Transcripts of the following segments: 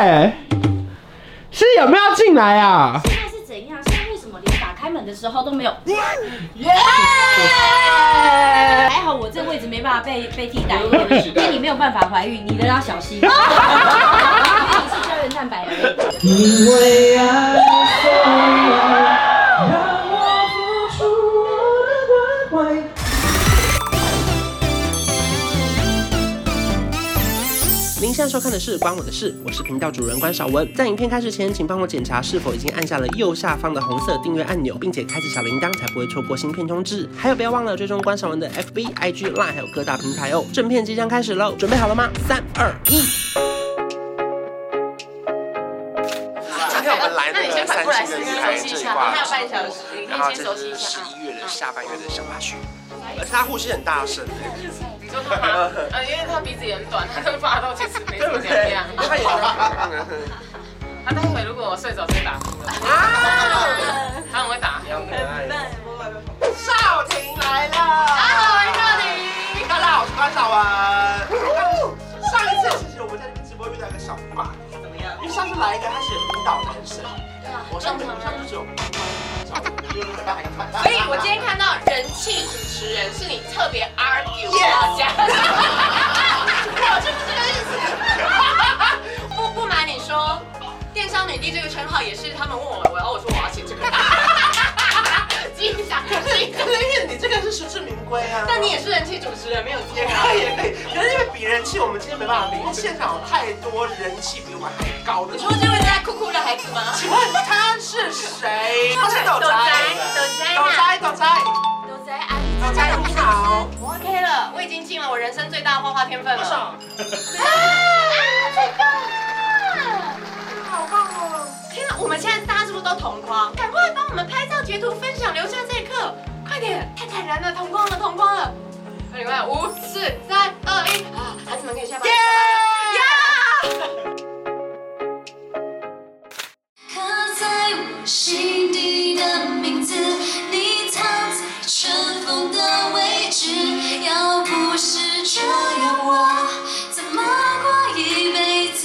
是有没有要进来啊？ 现在是怎样？现在为什么连打开门的时候都没有？还好我这个位置没办法被替代，因为你没有办法怀孕，你的要小心。因为你是胶原蛋白而已。 因为爱，所以爱，让我付出我的关怀。您现在收看的是《关我的事》，我是频道主人关少文。在影片开始前，请帮我检查是否已经按下了右下方的红色订阅按钮，并且开启小铃铛，才不会错过新片通知。还有，不要忘了追踪关少文的 FB、IG、Line， 还有各大平台哦。正片即将开始喽，准备好了吗？3、2、1。今天我们来那个三星的女孩这一挂， 还有半小时， 然后这是11月的下半月的小花絮，而且他呼吸很大声。 因为他鼻子也很短，他跟发豆其实没什么两样。他待会如果我睡着就会打呼了。他很会打。 少婷来了， 好，我是少婷。 大家好，我是关少文。上一次其实我们在这边直播遇到一个小 bug， 怎么样？因为上次来一个他是舞蹈男神，我上次就只有。 所以我今天看到人气主持人是你特别 argue 大家，我就是这个意思。不瞒你说，电商女帝这个称号也是他们问我，我说我要写这个。记一下，可是因为你这个是实至名归啊。 但你也是人气主持人，没有也可以。可是因为比人气，我们今天没办法比，因为现场有太多人气比我们还高的。 你说这位在哭哭的孩子吗？ 请问他是谁？他是斗仔阿姨你好。 我 OK 了，我已经尽了我人生最大的画画天分了。这个好棒哦！天哪，我们现在大家是不是都同框？赶快帮我们拍照、截图、分享，留下这一刻！快点，太坦然了，同框了，同框了！快点快点，5、4、3、2、1，啊，孩子们可以下班了。刻在我心底的名字，你藏在尘封的位置。要不是这样，我怎么过一辈子？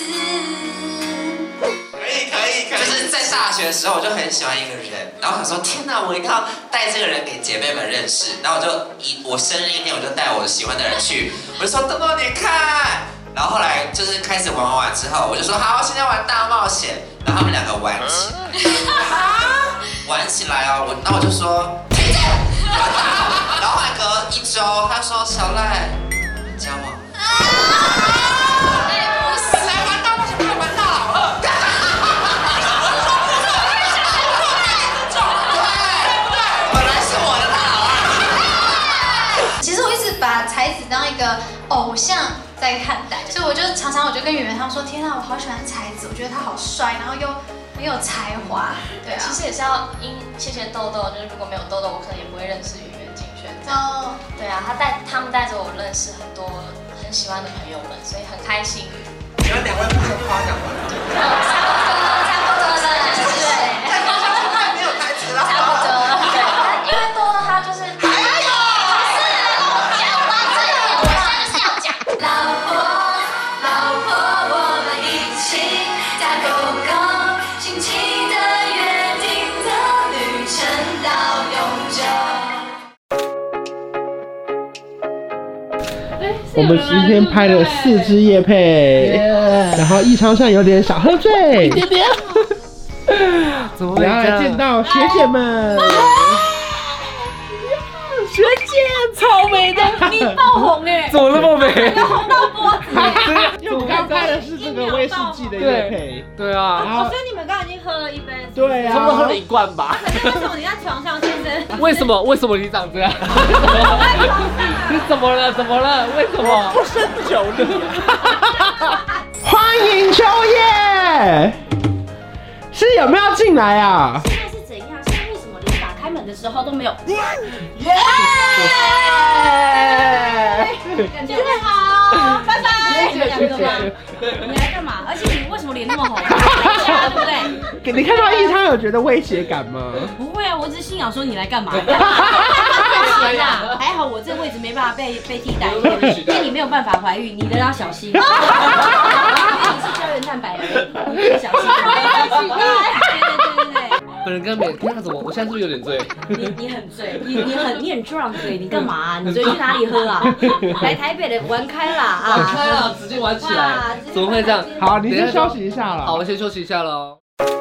可以。就是在大学的时候，我就很喜欢一个人，然后想说，天哪，我一定要带这个人给姐妹们认识。然后我生日一天，我就带我喜欢的人去，我就说豆豆你看。然后后来就是开始玩之后，我就说好，现在玩大冒险。然后他们两个玩起来，玩起来哦，然后我就说停止，然后还隔1周，他说小赖，交往。来玩大冒险，快玩大老二。对，本来是我的大老二。 其实我一直把才子当一个偶像在看待，所以我就常常跟圆圆他们说，天啊，我好喜欢才子，我觉得他好帅，然后又很有才华。对啊， 其实也是要谢谢豆豆，就是如果没有豆豆，我可能也不会认识圆圆竞选。 哦， 对啊，他们带着我认识很多很喜欢的朋友们，所以很开心。 你们2位互相夸奖吗？ 差不多了，对， 再夸奖就快没有台词了。 差不多，对，因为豆豆他就是。 我们今天拍了4支业配，然后易昌上有点小喝醉，然后来见到学姐们， 学姐超美的，你爆红哎， 怎么那么美？ 红到脖子。 因为我们刚拍的是这个威士忌的业配， 对啊， 然后所以你们刚刚已经喝了1杯， 对啊， 差不多喝了1罐吧。 可是为什么你在床上先生？ 为什么你长这样？你怎么了？为什么？ 不胜酒力。欢迎秋叶，是有没有要进来啊？ 现在是怎样？现在为什么连打开门的时候都没有？感觉很好，拜拜。2个吗？你来干嘛？而且你为什么脸那么红？对不对？ 你看到易昌有觉得威胁感吗？ 不会啊，我只是心想说你来干嘛？还好我这个位置没办法被替代，因为你没有办法怀孕，你的要小心。因为你是胶原蛋白而已， 本人跟美，天啊，怎么？我现在是不是有点醉？ 你很醉，你很 drunk 哎，你干嘛？你昨天去哪里喝啊？来台北的玩开啦啊！ 玩开了，直接玩起来，怎么会这样？ 好，你先休息一下了。 好，我先休息一下喽。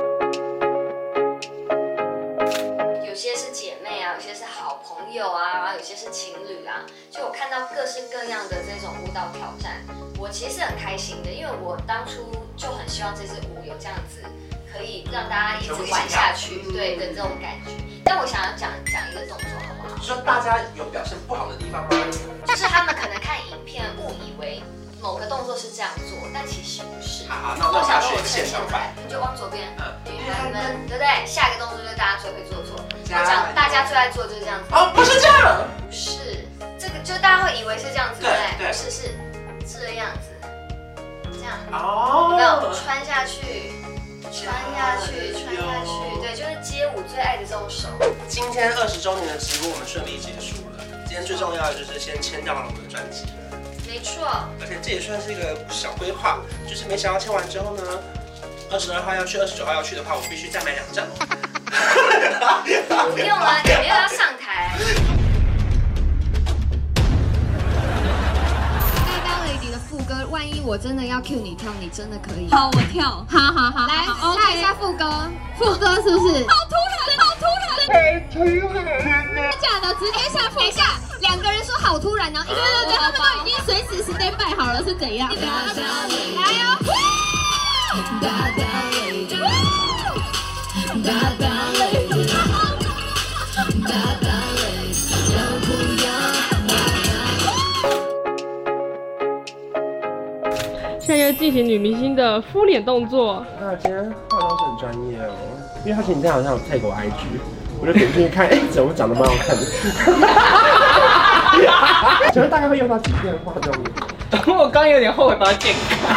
有些是姐妹啊，有些是好朋友啊，然后有些是情侣啊，就我看到各式各样的这种舞蹈挑战，我其实很开心的，因为我当初就很希望这支舞有这样子。可以让大家一直玩下去，对的这种感觉。但我想要讲一个动作，好不好？ 说大家有表现不好的地方吗？ 就是他们可能看影片误以为某个动作是这样做，但其实不是。 好，那我想学现场版， 你就往左边，女人们，对不对？下一个动作就是大家最会做错。我讲大家最爱做就是这样子。 哦，不是这样， 不是这个，就大家会以为是这样子，对不对？不是，是这样子，这样。哦。有没有穿下去？穿下去，对，就是街舞最爱的这种手。 今天20周年的直播我们顺利结束了，今天最重要的就是先签掉了我们的专辑了。 没错。而且这也算是一个小规划，就是没想到签完之后呢，22号要去，29号要去的话，我必须再买2张。 不用了，你没有要上台。 副歌，万一我真的要 cue 你跳，你真的可以。 好，我跳。 好，来下一下副歌，副歌是不是？好突然，真的假的？直接下副。等一下，2个人说好突然，然后对，他们都已经随时 stand by 好了，是怎样？来哟！ 现在进行女明星的敷脸动作。 那今天化妆师很专业哦，因为他前几天好像有 tag 我 IG， 我就点进去看，怎么长得蛮好看的。请问大概会用到几遍化妆品？ 我刚有点后悔把它剪开，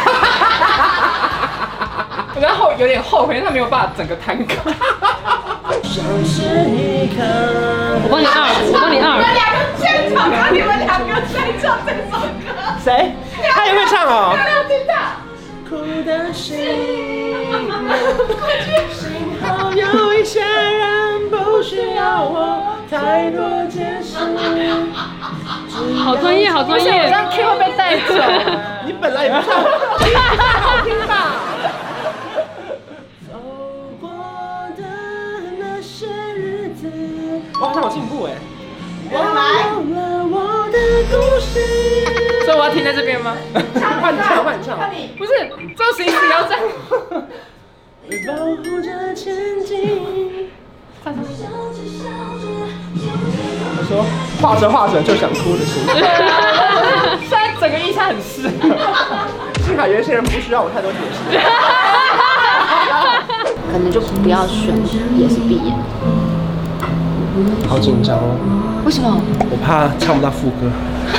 我刚有点后悔，因为他没有办法整个摊开。 我帮你二。 你们2个现场啊！你们2个在唱这首歌。 谁？他也会唱哦。 没有听到。 哭的心，幸好有一些人不需要我太多解释。 好专业，好专业。 我这样 Q 会被带走。 你本来也不唱，好听吧？走过的那些日子，我好像有进步哎。 我来。 所以我要停在这边吗？ 换唱。 不是，这个形式要这样。 保护着前进。我说画着就想哭的心。 现在整个意象很适合。 幸好有一些人不需要我太多解释。 可能就不要选，也是闭眼。 好紧张哦。 为什么？ 我怕唱不到副歌。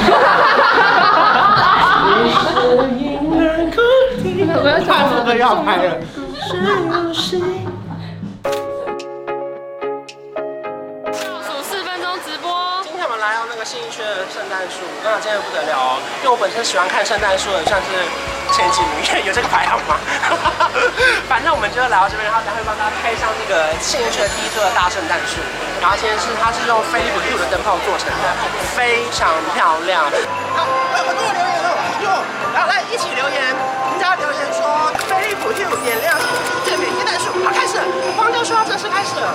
我要唱副歌要拍了。 倒数4分钟直播。 今天我们来到那个信义区的圣诞树，那今天不得了哦，因为我本身喜欢看圣诞树的，算是前几名，有这个排行吗？反正我们就来到这边，然后等会帮大家拍上这个信义区的第一座的大圣诞树。然后今天它是用飞利浦 Hue 的灯泡做成的，非常漂亮。好，很多人留言哦，然后来一起留言，人家留言说飞利浦 Hue 点亮这边圣诞树，好，开始了，光就说正式开始了。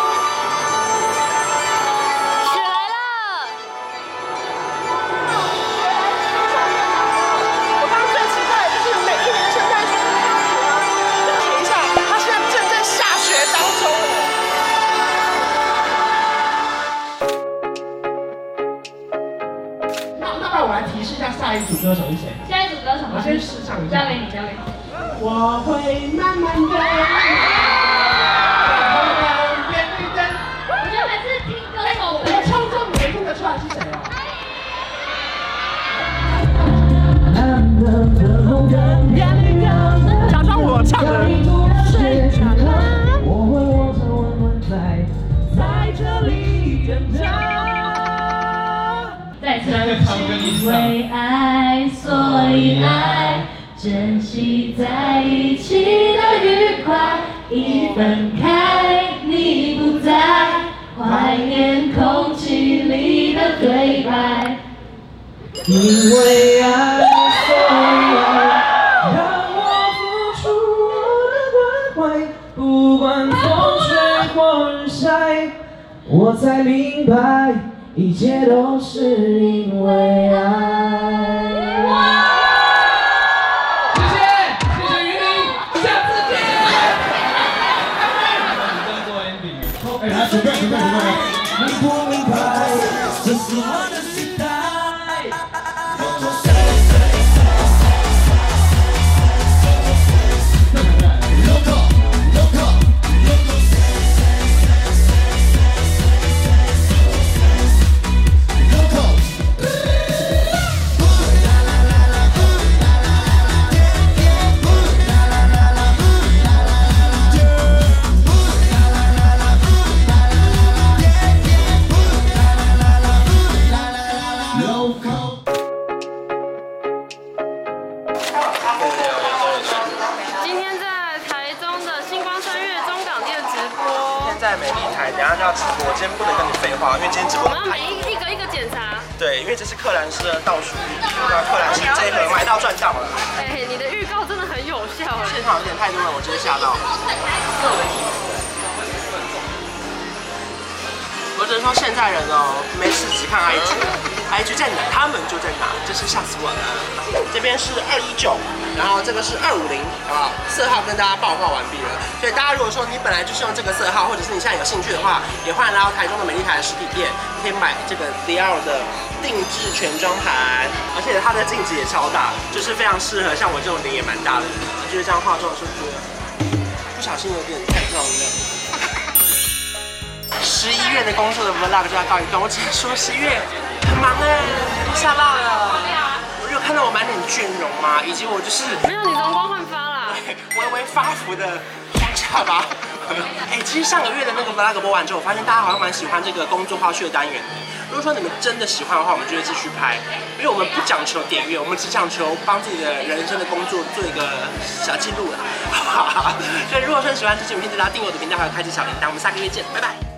下一组歌手是谁？ 下一组歌手， 我先试唱一下。 交给你。 我会慢慢的。 我觉得每次听歌手， 我唱这没听得出来是谁啊？假装我唱的。我会握着温暖在这里等着。 再次因为爱，所以爱，珍惜在一起的愉快， 一分开，你不在，怀念空气里的对白。因为爱，所以爱，让我付出我的关怀，不管风吹或日晒，我才明白，一切都是因为爱。准备！你不明白，这是我的时代。 在美丽台，等一下就要直播，我今天不能跟你废话，因为今天直播。 我们要一个一个检查。 对，因为这是克兰斯的倒数日，那克兰斯这一盒买到赚到了。 哎，你的预告真的很有效。 现场有点太多了，我直接吓到。我只能说现在人哦，没事只看 IG 在哪，他们就在哪，真是吓死我了。这边是219，然后这个是250，好不好？色号跟大家报告完毕了。所以大家如果说你本来就是用这个色号，或者是你现在有兴趣的话，也欢迎来到台中的美丽台的实体店，可以买这个 Dior 的定制全妆盘，而且它的镜子也超大，就是非常适合像我这种脸也蛮大的人，就是这样化妆的时候觉得不小心有点太漂亮。11月的工作的 vlog 就要告一段，我只能说11月很忙哎，都下落了。我有看到我满脸倦容吗？以及我就是没有你容光焕发啦， 微微发福的双下巴。哎，其实上个月的那个 vlog 播完之后，我发现大家好像蛮喜欢这个工作花絮的单元。如果说你们真的喜欢的话，我们就会继续拍，因为我们不讲求点阅，我们只讲求帮自己的人生的工作做一个小记录啦，好不好？所以如果说喜欢这期影片，记得订阅我的频道，还有开启小铃铛。我们下个月见，拜拜。